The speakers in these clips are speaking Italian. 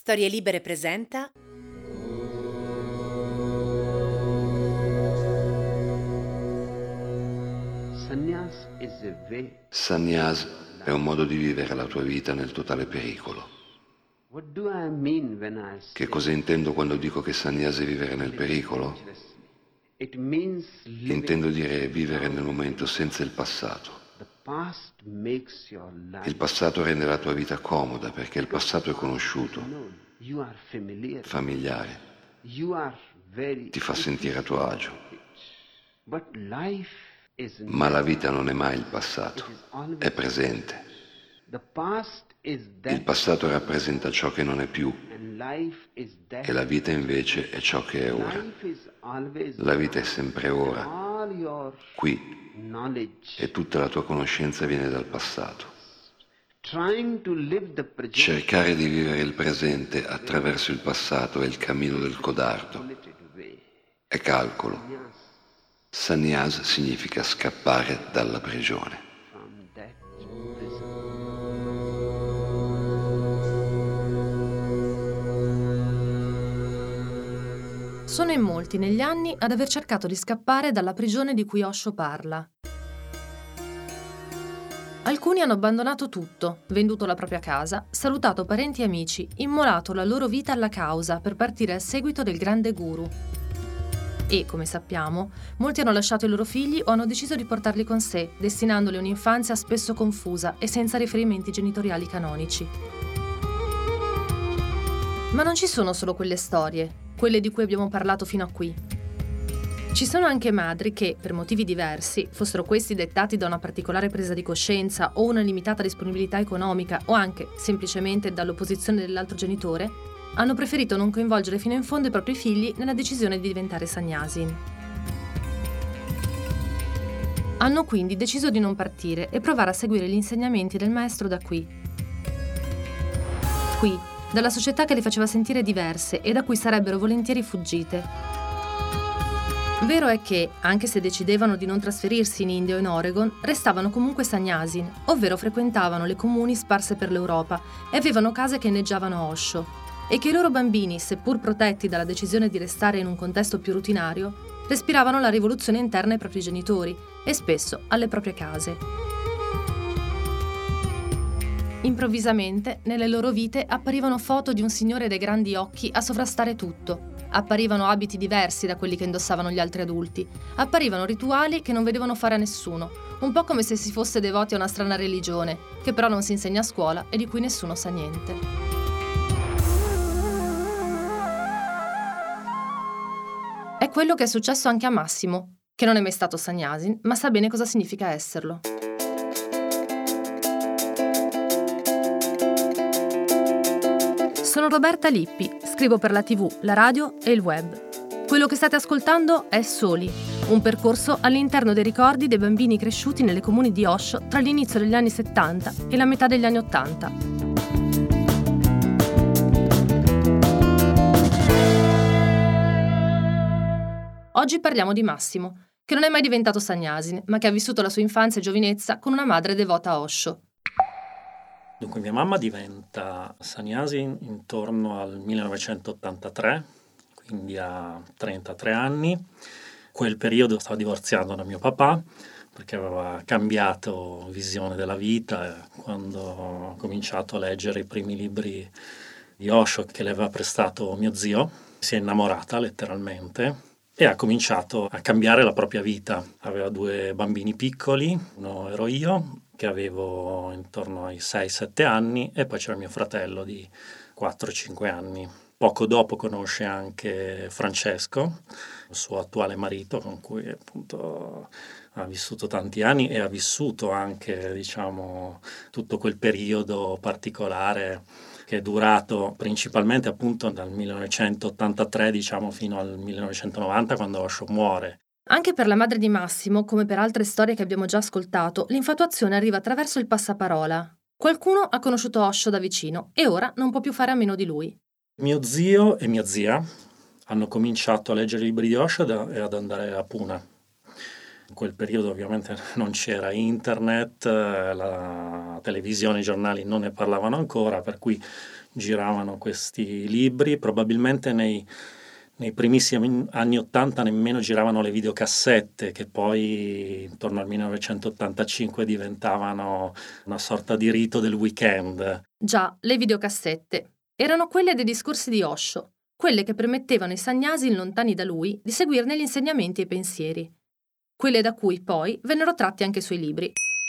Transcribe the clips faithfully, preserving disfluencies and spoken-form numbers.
Storie Libere presenta Sannyas è un modo di vivere la tua vita nel totale pericolo. Che cosa intendo quando dico che sannyas è vivere nel pericolo? Intendo dire vivere nel momento senza il passato. Il passato rende la tua vita comoda perché il passato è conosciuto, familiare, ti fa sentire a tuo agio. Ma la vita non è mai il passato, è presente. Il passato rappresenta ciò che non è più e la vita invece è ciò che è ora. La vita è sempre ora, qui, e tutta la tua conoscenza viene dal passato. Cercare di vivere il presente attraverso il passato è il cammino del codardo, è calcolo. Sannyas significa scappare dalla prigione. Sono in molti negli anni ad aver cercato di scappare dalla prigione di cui Osho parla. Alcuni hanno abbandonato tutto, venduto la propria casa, salutato parenti e amici, immolato la loro vita alla causa per partire al seguito del grande guru. E, come sappiamo, molti hanno lasciato i loro figli o hanno deciso di portarli con sé, destinandoli a un'infanzia spesso confusa e senza riferimenti genitoriali canonici. Ma non ci sono solo quelle storie, quelle di cui abbiamo parlato fino a qui. Ci sono anche madri che, per motivi diversi, fossero questi dettati da una particolare presa di coscienza o una limitata disponibilità economica o anche, semplicemente, dall'opposizione dell'altro genitore, hanno preferito non coinvolgere fino in fondo i propri figli nella decisione di diventare sannyasin. Hanno quindi deciso di non partire e provare a seguire gli insegnamenti del maestro da qui. Qui, dalla società che le faceva sentire diverse e da cui sarebbero volentieri fuggite. Vero è che, anche se decidevano di non trasferirsi in India o in Oregon, restavano comunque sannyasin, ovvero frequentavano le comuni sparse per l'Europa e avevano case che inneggiavano Osho, e che i loro bambini, seppur protetti dalla decisione di restare in un contesto più rutinario, respiravano la rivoluzione interna ai propri genitori e spesso alle proprie case. Improvvisamente, nelle loro vite apparivano foto di un signore dai grandi occhi a sovrastare tutto. Apparivano abiti diversi da quelli che indossavano gli altri adulti. Apparivano rituali che non vedevano fare a nessuno, un po' come se si fosse devoti a una strana religione, che però non si insegna a scuola e di cui nessuno sa niente. È quello che è successo anche a Massimo, che non è mai stato sannyasin, ma sa bene cosa significa esserlo. Sono Roberta Lippi, scrivo per la tivù, la radio e il web. Quello che state ascoltando è Soli, un percorso all'interno dei ricordi dei bambini cresciuti nelle comuni di Osho tra l'inizio degli anni settanta e la metà degli anni ottanta. Oggi parliamo di Massimo, che non è mai diventato sannyasin, ma che ha vissuto la sua infanzia e giovinezza con una madre devota a Osho. Dunque, mia mamma diventa sannyasin intorno al millenovecentottantatré, quindi a trentatré anni. Quel periodo stava divorziando da mio papà perché aveva cambiato visione della vita quando ho cominciato a leggere i primi libri di Osho che le aveva prestato mio zio. Si è innamorata letteralmente e ha cominciato a cambiare la propria vita. Aveva due bambini piccoli, uno ero io, che avevo intorno ai sei sette anni, e poi c'era mio fratello di quattro cinque anni. Poco dopo conosce anche Francesco, il suo attuale marito, con cui appunto ha vissuto tanti anni e ha vissuto anche, diciamo, tutto quel periodo particolare che è durato principalmente appunto dal millenovecentottantatré, diciamo, fino al millenovecentonovanta, quando Osho muore. Anche per la madre di Massimo, come per altre storie che abbiamo già ascoltato, l'infatuazione arriva attraverso il passaparola. Qualcuno ha conosciuto Osho da vicino e ora non può più fare a meno di lui. Mio zio e mia zia hanno cominciato a leggere i libri di Osho e ad andare a Pune. In quel periodo ovviamente non c'era internet, la televisione, i giornali non ne parlavano ancora, per cui giravano questi libri, probabilmente nei, nei primissimi anni ottanta nemmeno giravano le videocassette, che poi intorno al millenovecentottantacinque diventavano una sorta di rito del weekend. Già, le videocassette erano quelle dei discorsi di Osho, quelle che permettevano ai Sannyasi lontani da lui di seguirne gli insegnamenti e i pensieri, quelle da cui poi vennero tratti anche i suoi libri.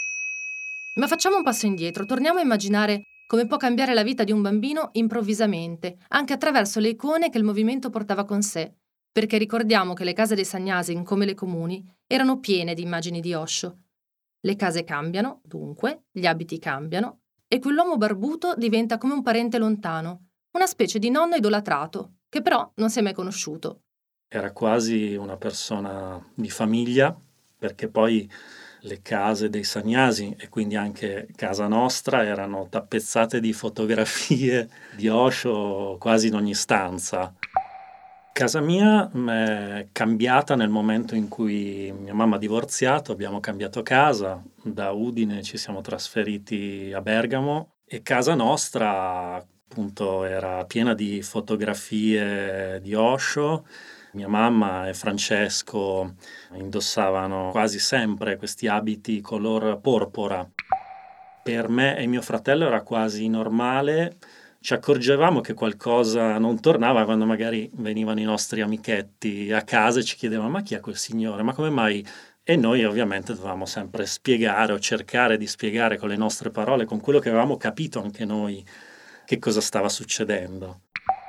Ma facciamo un passo indietro, torniamo a immaginare come può cambiare la vita di un bambino improvvisamente, anche attraverso le icone che il movimento portava con sé, perché ricordiamo che le case dei Sannyasi, come le comuni, erano piene di immagini di Osho. Le case cambiano, dunque, gli abiti cambiano, e quell'uomo barbuto diventa come un parente lontano, una specie di nonno idolatrato, che però non si è mai conosciuto. Era quasi una persona di famiglia, perché poi le case dei Sannyasi e quindi anche casa nostra erano tappezzate di fotografie di Osho quasi in ogni stanza. Casa mia è cambiata nel momento in cui mia mamma ha divorziato, abbiamo cambiato casa, da Udine ci siamo trasferiti a Bergamo e casa nostra appunto era piena di fotografie di Osho. Mia mamma e Francesco indossavano quasi sempre questi abiti color porpora. Per me e mio fratello era quasi normale. Ci accorgevamo che qualcosa non tornava quando magari venivano i nostri amichetti a casa e ci chiedevano: ma chi è quel signore? Ma come mai? E noi ovviamente dovevamo sempre spiegare o cercare di spiegare con le nostre parole, con quello che avevamo capito anche noi, che cosa stava succedendo.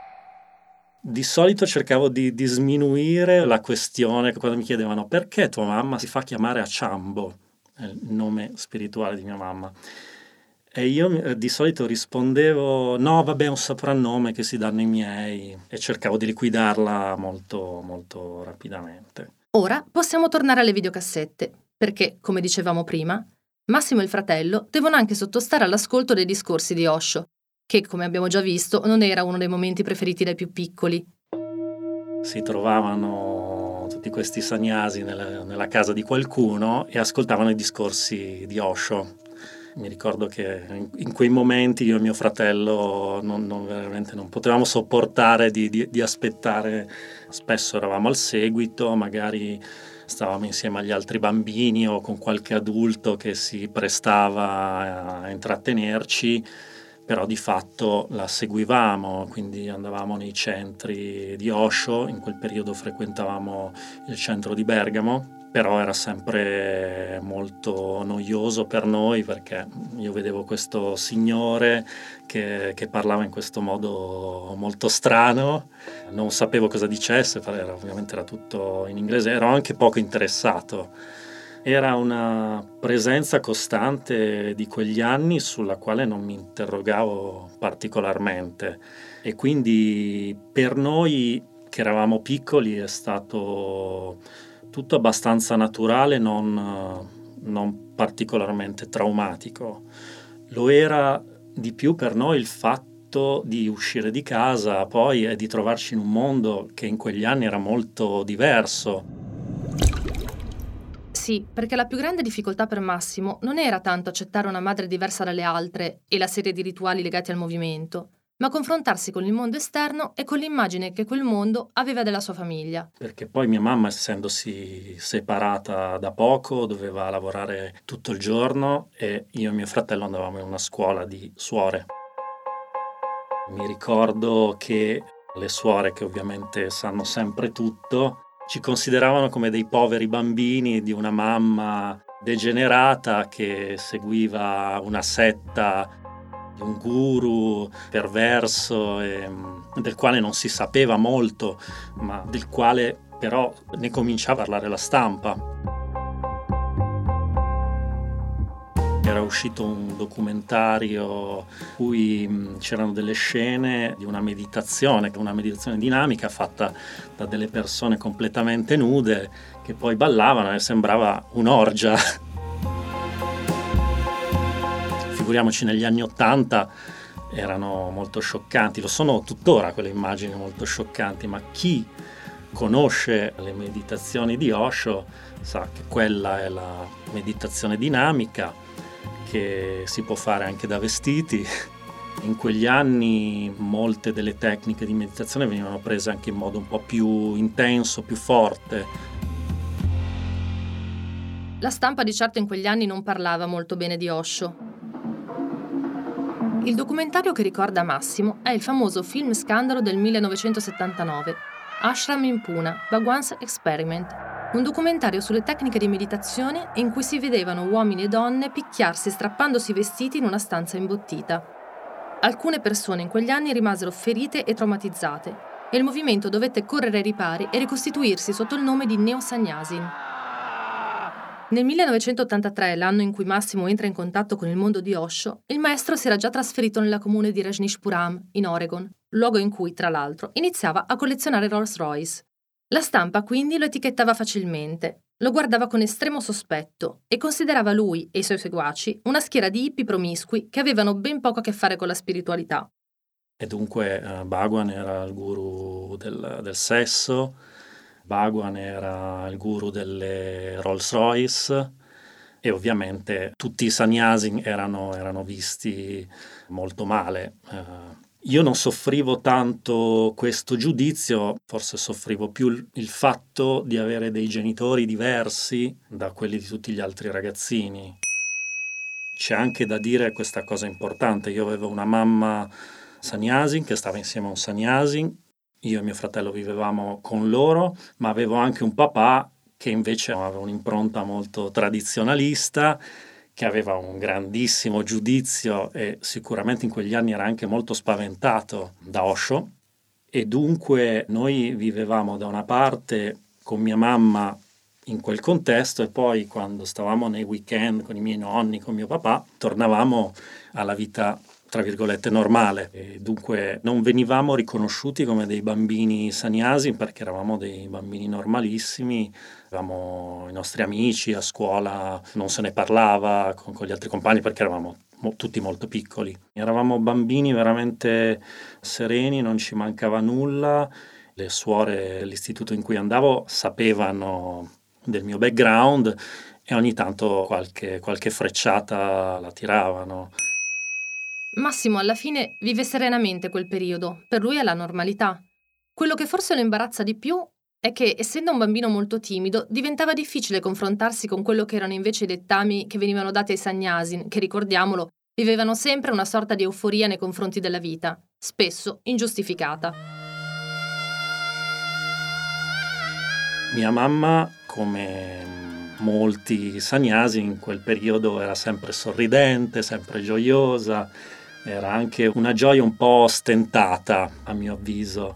Di solito cercavo di, di sminuire la questione quando mi chiedevano: perché tua mamma si fa chiamare Acciambo, è il nome spirituale di mia mamma. E io di solito rispondevo: no, vabbè, è un soprannome che si danno i miei, e cercavo di liquidarla molto, molto rapidamente. Ora possiamo tornare alle videocassette, perché, come dicevamo prima, Massimo e il fratello devono anche sottostare all'ascolto dei discorsi di Osho, che, come abbiamo già visto, non era uno dei momenti preferiti dai più piccoli. Si trovavano tutti questi sannyasi nella, nella casa di qualcuno e ascoltavano i discorsi di Osho. Mi ricordo che in, in quei momenti io e mio fratello non, non, veramente non potevamo sopportare di, di, di aspettare. Spesso eravamo al seguito, magari stavamo insieme agli altri bambini o con qualche adulto che si prestava a intrattenerci, però di fatto la seguivamo, quindi andavamo nei centri di Osho. In quel periodo frequentavamo il centro di Bergamo, però era sempre molto noioso per noi perché io vedevo questo signore che, che parlava in questo modo molto strano, non sapevo cosa dicesse, era, ovviamente era tutto in inglese, ero anche poco interessato. Era una presenza costante di quegli anni sulla quale non mi interrogavo particolarmente, e quindi per noi che eravamo piccoli è stato tutto abbastanza naturale, non, non particolarmente traumatico. Lo era di più per noi il fatto di uscire di casa poi e di trovarci in un mondo che in quegli anni era molto diverso. Sì, perché la più grande difficoltà per Massimo non era tanto accettare una madre diversa dalle altre e la serie di rituali legati al movimento, ma confrontarsi con il mondo esterno e con l'immagine che quel mondo aveva della sua famiglia. Perché poi mia mamma, essendosi separata da poco, doveva lavorare tutto il giorno e io e mio fratello andavamo in una scuola di suore. Mi ricordo che le suore, che ovviamente sanno sempre tutto, ci consideravano come dei poveri bambini di una mamma degenerata che seguiva una setta di un guru perverso e del quale non si sapeva molto, ma del quale però ne cominciava a parlare la stampa. Era uscito un documentario in cui c'erano delle scene di una meditazione, una meditazione dinamica fatta da delle persone completamente nude che poi ballavano e sembrava un'orgia. Figuriamoci, negli anni Ottanta erano molto scioccanti, lo sono tuttora quelle immagini molto scioccanti, ma chi conosce le meditazioni di Osho sa che quella è la meditazione dinamica, che si può fare anche da vestiti, In quegli anni molte delle tecniche di meditazione venivano prese anche in modo un po' più intenso, più forte. La stampa di certo in quegli anni non parlava molto bene di Osho. Il documentario che ricorda Massimo è il famoso film scandalo del millenovecentosettantanove, Ashram in Pune, Bhagwan's Experiment, un documentario sulle tecniche di meditazione in cui si vedevano uomini e donne picchiarsi strappandosi i vestiti in una stanza imbottita. Alcune persone in quegli anni rimasero ferite e traumatizzate e il movimento dovette correre ai ripari e ricostituirsi sotto il nome di Neo Sannyasin. Nel millenovecentottantatré, l'anno in cui Massimo entra in contatto con il mondo di Osho, il maestro si era già trasferito nella comune di Rajneeshpuram, in Oregon, luogo in cui, tra l'altro, iniziava a collezionare Rolls Royce. La stampa quindi lo etichettava facilmente, lo guardava con estremo sospetto e considerava lui e i suoi seguaci una schiera di hippie promiscui che avevano ben poco a che fare con la spiritualità. E dunque eh, Bhagwan era il guru del, del sesso, Bhagwan era il guru delle Rolls Royce e ovviamente tutti i sannyasin erano, erano visti molto male. Eh, Io non soffrivo tanto questo giudizio, forse soffrivo più il fatto di avere dei genitori diversi da quelli di tutti gli altri ragazzini. C'è anche da dire questa cosa importante. Io avevo una mamma sannyasin che stava insieme a un sannyasin, io e mio fratello vivevamo con loro, ma avevo anche un papà che invece aveva un'impronta molto tradizionalista, che aveva un grandissimo giudizio e sicuramente in quegli anni era anche molto spaventato da Osho, e dunque noi vivevamo da una parte con mia mamma in quel contesto e poi quando stavamo nei weekend con i miei nonni, con mio papà, tornavamo alla vita tra virgolette normale e dunque non venivamo riconosciuti come dei bambini sannyasin perché eravamo dei bambini normalissimi, avevamo i nostri amici a scuola, non se ne parlava con, con gli altri compagni perché eravamo mo- tutti molto piccoli. Eravamo bambini veramente sereni, non ci mancava nulla, le suore dell'istituto in cui andavo sapevano del mio background e ogni tanto qualche, qualche frecciata la tiravano. Massimo alla fine vive serenamente quel periodo, per lui è la normalità. Quello che forse lo imbarazza di più è che, essendo un bambino molto timido, diventava difficile confrontarsi con quello che erano invece i dettami che venivano dati ai sannyasin, che, ricordiamolo, vivevano sempre una sorta di euforia nei confronti della vita, spesso ingiustificata. Mia mamma, come molti sannyasin, in quel periodo era sempre sorridente, sempre gioiosa, era anche una gioia un po' ostentata, a mio avviso.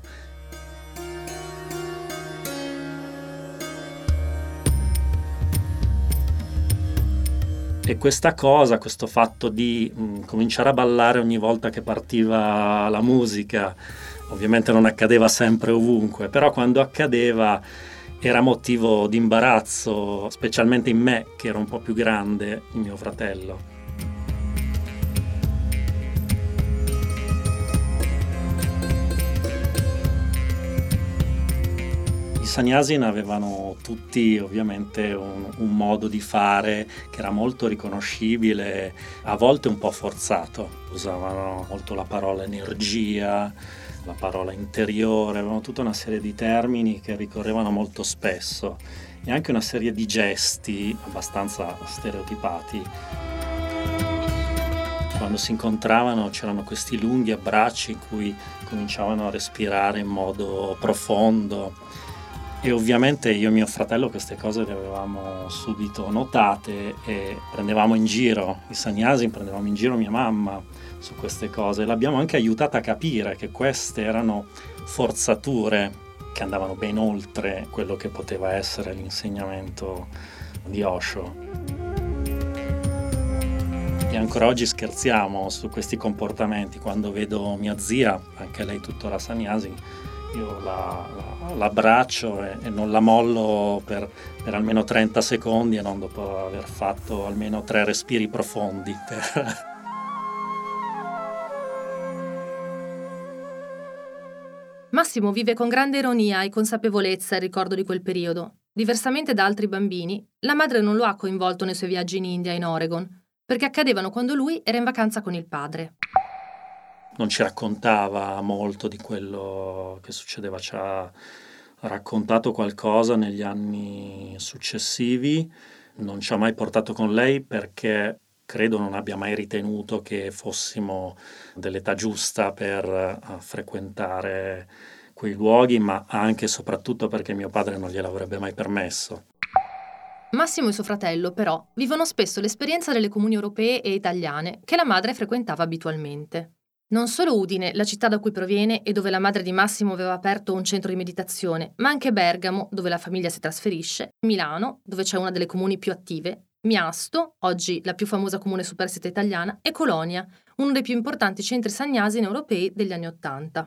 E questa cosa, questo fatto di mh, cominciare a ballare ogni volta che partiva la musica, ovviamente non accadeva sempre ovunque, però quando accadeva era motivo di imbarazzo, specialmente in me, che ero un po' più grande di mio fratello. I sannyasin avevano tutti ovviamente un, un modo di fare che era molto riconoscibile, a volte un po' forzato. Usavano molto la parola energia, la parola interiore, avevano tutta una serie di termini che ricorrevano molto spesso e anche una serie di gesti abbastanza stereotipati. Quando si incontravano c'erano questi lunghi abbracci in cui cominciavano a respirare in modo profondo. E ovviamente io e mio fratello queste cose le avevamo subito notate e prendevamo in giro i sannyasin, prendevamo in giro mia mamma su queste cose. L'abbiamo anche aiutata a capire che queste erano forzature che andavano ben oltre quello che poteva essere l'insegnamento di Osho. E ancora oggi scherziamo su questi comportamenti. Quando vedo mia zia, anche lei tuttora sannyasin, io la, la, l'abbraccio e, e non la mollo per, per almeno trenta secondi e non dopo aver fatto almeno tre respiri profondi. Per... Massimo vive con grande ironia e consapevolezza il ricordo di quel periodo. Diversamente da altri bambini, la madre non lo ha coinvolto nei suoi viaggi in India e in Oregon, perché accadevano quando lui era in vacanza con il padre. non ci raccontava molto di quello che succedeva, ci ha raccontato qualcosa negli anni successivi, non ci ha mai portato con lei perché credo non abbia mai ritenuto che fossimo dell'età giusta per uh, frequentare quei luoghi, ma anche e soprattutto perché mio padre non gliel'avrebbe mai permesso. Massimo e suo fratello, però, vivono spesso l'esperienza delle comuni europee e italiane che la madre frequentava abitualmente. Non solo Udine, la città da cui proviene e dove la madre di Massimo aveva aperto un centro di meditazione, ma anche Bergamo, dove la famiglia si trasferisce, Milano, dove c'è una delle comuni più attive, Miasto, oggi la più famosa comune superstite italiana, e Colonia, uno dei più importanti centri sagnasini europei degli anni Ottanta.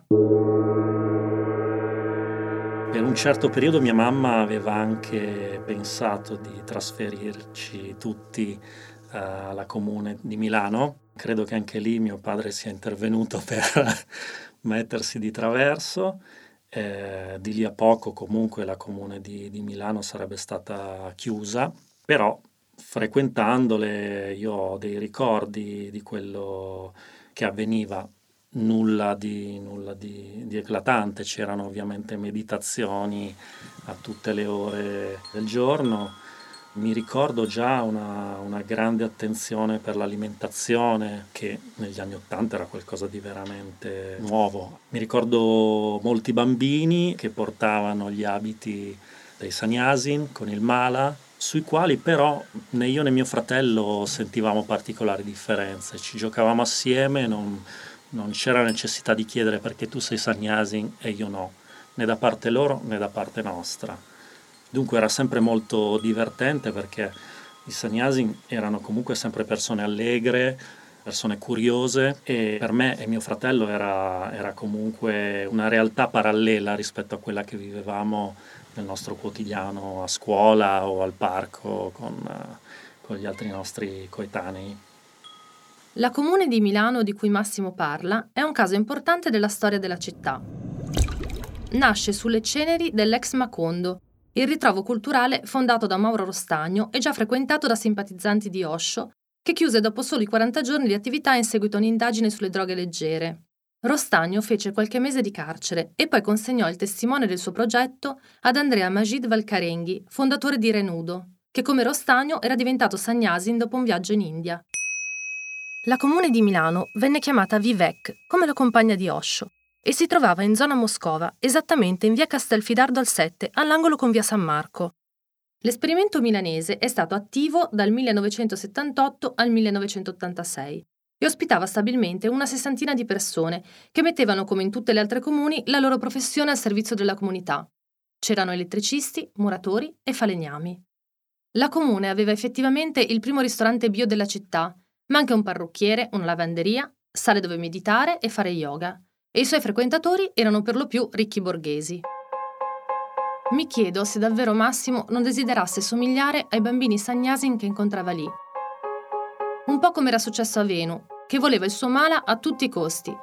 Per un certo periodo mia mamma aveva anche pensato di trasferirci tutti uh, alla comune di Milano. Credo che anche lì mio padre sia intervenuto per mettersi di traverso. Eh, di lì a poco comunque la comune di, di Milano sarebbe stata chiusa, però frequentandole io ho dei ricordi di quello che avveniva. Nulla di, nulla di, di eclatante, c'erano ovviamente meditazioni a tutte le ore del giorno. Mi ricordo già una, una grande attenzione per l'alimentazione, che negli anni Ottanta era qualcosa di veramente nuovo. Mi ricordo molti bambini che portavano gli abiti dei Sagnasin con il mala, sui quali però né io né mio fratello sentivamo particolari differenze. Ci giocavamo assieme, non... Non c'era necessità di chiedere perché tu sei Sagnasin e io no, né da parte loro né da parte nostra. Dunque era sempre molto divertente perché i Sagnasin erano comunque sempre persone allegre, persone curiose, e per me e mio fratello era, era comunque una realtà parallela rispetto a quella che vivevamo nel nostro quotidiano a scuola o al parco con, con gli altri nostri coetanei. La comune di Milano di cui Massimo parla è un caso importante della storia della città. Nasce sulle ceneri dell'ex Macondo, il ritrovo culturale fondato da Mauro Rostagno e già frequentato da simpatizzanti di Osho, che chiuse dopo soli quaranta giorni di attività in seguito a un'indagine sulle droghe leggere. Rostagno fece qualche mese di carcere e poi consegnò il testimone del suo progetto ad Andrea Majid Valcarenghi, fondatore di Renudo, che come Rostagno era diventato Sagnasin dopo un viaggio in India. La comune di Milano venne chiamata Vivek, come la compagna di Osho, e si trovava in zona Moscova, esattamente in via Castelfidardo al sette, all'angolo con via San Marco. L'esperimento milanese è stato attivo dal millenovecentosettantotto al millenovecentottantasei e ospitava stabilmente una sessantina di persone che mettevano, come in tutte le altre comuni, la loro professione al servizio della comunità. C'erano elettricisti, muratori e falegnami. La comune aveva effettivamente il primo ristorante bio della città, ma anche un parrucchiere, una lavanderia, sale dove meditare e fare yoga, e i suoi frequentatori erano per lo più ricchi borghesi. Mi chiedo se davvero Massimo non desiderasse somigliare ai bambini Sagnasin che incontrava lì. Un po' come era successo a Venu, che voleva il suo mala a tutti i costi.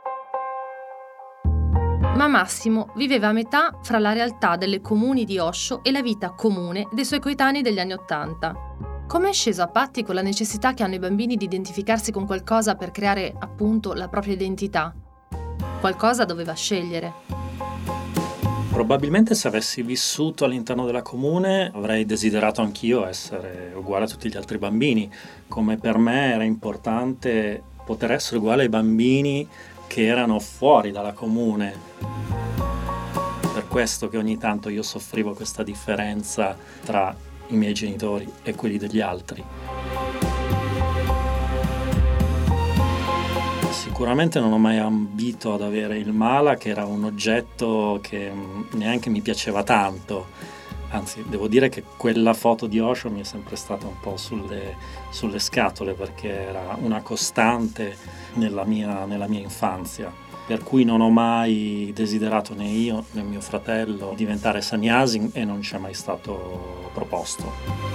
Ma Massimo viveva a metà fra la realtà delle comuni di Osho e la vita comune dei suoi coetanei degli anni Ottanta. Come è sceso a patti con la necessità che hanno i bambini di identificarsi con qualcosa per creare, appunto, la propria identità? Qualcosa doveva scegliere. Probabilmente se avessi vissuto all'interno della comune avrei desiderato anch'io essere uguale a tutti gli altri bambini, come per me era importante poter essere uguale ai bambini che erano fuori dalla comune. Per questo che ogni tanto io soffrivo questa differenza tra i miei genitori e quelli degli altri. Sicuramente non ho mai ambito ad avere il mala, che era un oggetto che neanche mi piaceva tanto. Anzi, devo dire che quella foto di Osho mi è sempre stata un po' sulle, sulle scatole, perché era una costante nella mia, nella mia infanzia. Per cui non ho mai desiderato, né io né mio fratello, diventare Sagnasin, e non ci è mai stato proposto.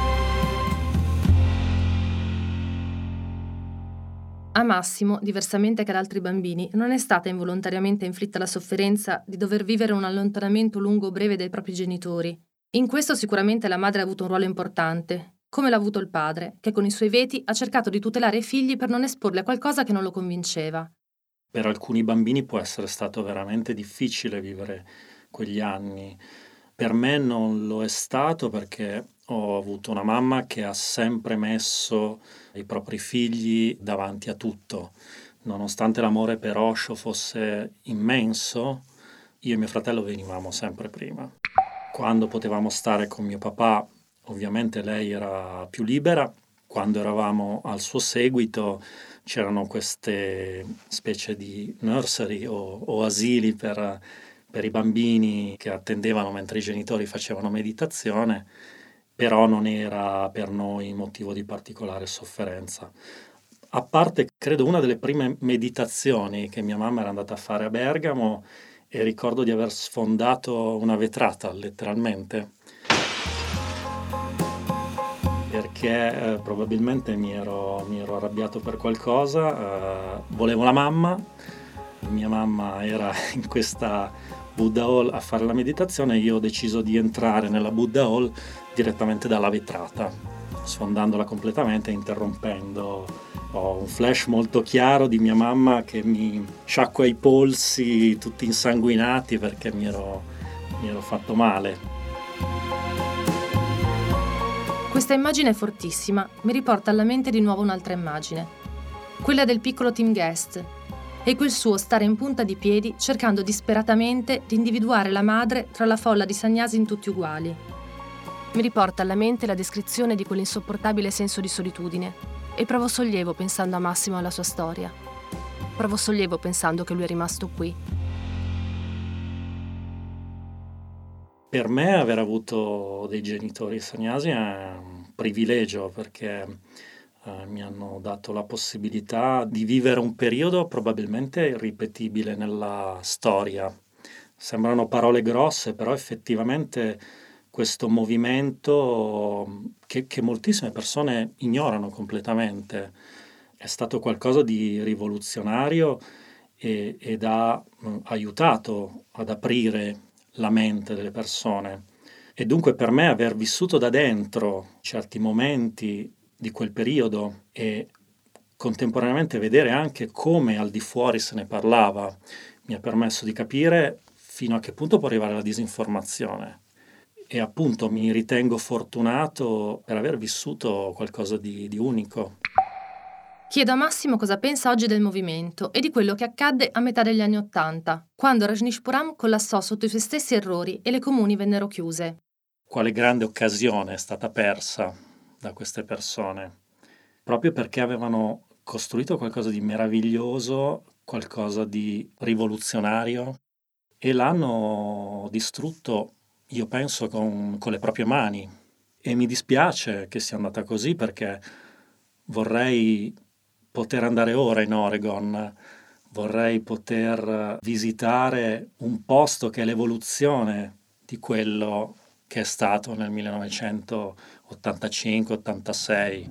A Massimo, diversamente che ad altri bambini, non è stata involontariamente inflitta la sofferenza di dover vivere un allontanamento lungo o breve dai propri genitori. In questo sicuramente la madre ha avuto un ruolo importante, come l'ha avuto il padre, che con i suoi veti ha cercato di tutelare i figli per non esporli a qualcosa che non lo convinceva. Per alcuni bambini può essere stato veramente difficile vivere quegli anni. Per me non lo è stato perché ho avuto una mamma che ha sempre messo i propri figli davanti a tutto. Nonostante l'amore per Osho fosse immenso, io e mio fratello venivamo sempre prima. Quando potevamo stare con mio papà, ovviamente lei era più libera. Quando eravamo al suo seguito c'erano queste specie di nursery o, o asili per, per i bambini che attendevano mentre i genitori facevano meditazione, però non era per noi motivo di particolare sofferenza. A parte, credo, una delle prime meditazioni che mia mamma era andata a fare a Bergamo, e ricordo di aver sfondato una vetrata, letteralmente, perché eh, probabilmente mi ero, mi ero arrabbiato per qualcosa, eh, volevo la mamma, mia mamma era in questa Buddha Hall a fare la meditazione e io ho deciso di entrare nella Buddha Hall direttamente dalla vetrata, sfondandola completamente e interrompendo. Ho un flash molto chiaro di mia mamma che mi sciacqua i polsi tutti insanguinati perché mi ero, mi ero fatto male. Questa immagine fortissima mi riporta alla mente di nuovo un'altra immagine, quella del piccolo Tim Guest, e quel suo stare in punta di piedi cercando disperatamente di individuare la madre tra la folla di sannyasi tutti uguali. Mi riporta alla mente la descrizione di quell'insopportabile senso di solitudine e provo sollievo pensando a Massimo e alla sua storia. Provo sollievo pensando che lui è rimasto qui. Per me aver avuto dei genitori sannyasi è un privilegio perché eh, mi hanno dato la possibilità di vivere un periodo probabilmente irripetibile nella storia. Sembrano parole grosse, però effettivamente questo movimento che, che moltissime persone ignorano completamente è stato qualcosa di rivoluzionario e, ed ha mh, aiutato ad aprire la mente delle persone. E dunque per me aver vissuto da dentro certi momenti di quel periodo e contemporaneamente vedere anche come al di fuori se ne parlava mi ha permesso di capire fino a che punto può arrivare la disinformazione. E appunto mi ritengo fortunato per aver vissuto qualcosa di, di unico. Chiedo a Massimo cosa pensa oggi del movimento e di quello che accadde a metà degli anni Ottanta, quando Rajneeshpuram collassò sotto i suoi stessi errori e le comuni vennero chiuse. Quale grande occasione è stata persa da queste persone, proprio perché avevano costruito qualcosa di meraviglioso, qualcosa di rivoluzionario, e l'hanno distrutto, io penso, con, con le proprie mani. E mi dispiace che sia andata così perché vorrei poter andare ora in Oregon, vorrei poter visitare un posto che è l'evoluzione di quello che è stato nel millenovecentottantacinque ottantasei.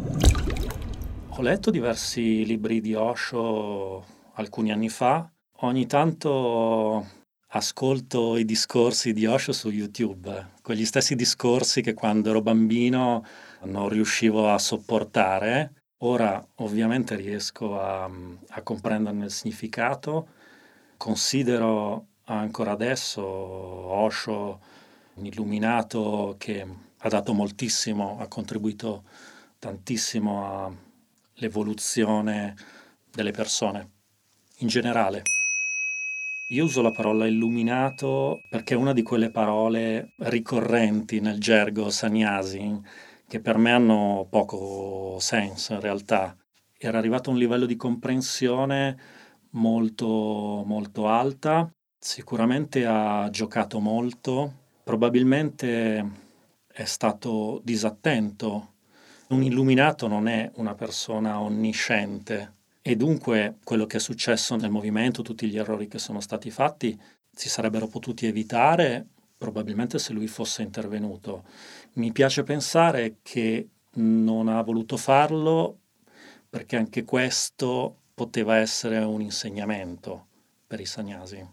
Ho letto diversi libri di Osho alcuni anni fa, ogni tanto ascolto i discorsi di Osho su YouTube, quegli stessi discorsi che quando ero bambino non riuscivo a sopportare. Ora ovviamente riesco a, a comprenderne il significato. Considero ancora adesso Osho un illuminato che ha dato moltissimo, ha contribuito tantissimo all'evoluzione delle persone in generale. Io uso la parola illuminato perché è una di quelle parole ricorrenti nel gergo sannyasi che per me hanno poco senso in realtà. Era arrivato a un livello di comprensione molto, molto alta, sicuramente ha giocato molto, probabilmente è stato disattento. Un illuminato non è una persona onnisciente. E dunque quello che è successo nel movimento, tutti gli errori che sono stati fatti, si sarebbero potuti evitare probabilmente se lui fosse intervenuto. Mi piace pensare che non ha voluto farlo perché anche questo poteva essere un insegnamento per i sannyasi.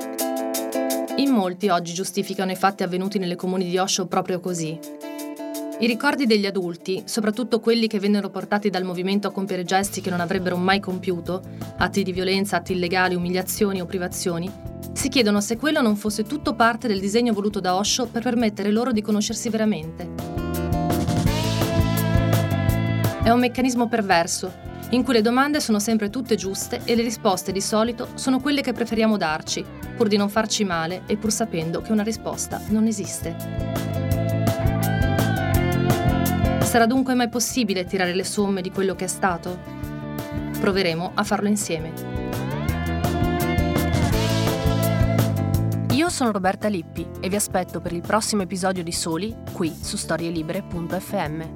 In molti oggi giustificano i fatti avvenuti nelle comuni di Osho proprio così. I ricordi degli adulti, soprattutto quelli che vennero portati dal movimento a compiere gesti che non avrebbero mai compiuto, atti di violenza, atti illegali, umiliazioni o privazioni, si chiedono se quello non fosse tutto parte del disegno voluto da Osho per permettere loro di conoscersi veramente. È un meccanismo perverso, in cui le domande sono sempre tutte giuste e le risposte di solito sono quelle che preferiamo darci, pur di non farci male e pur sapendo che una risposta non esiste. Sarà dunque mai possibile tirare le somme di quello che è stato? Proveremo a farlo insieme. Io sono Roberta Lippi e vi aspetto per il prossimo episodio di Soli qui su storielibere punto effe emme.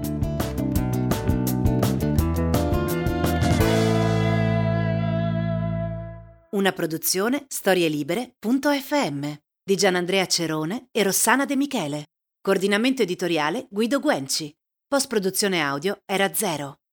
Una produzione storielibere punto effe emme di Gianandrea Cerone e Rossana De Michele. Coordinamento editoriale Guido Guenci. Post-produzione audio Era Zero.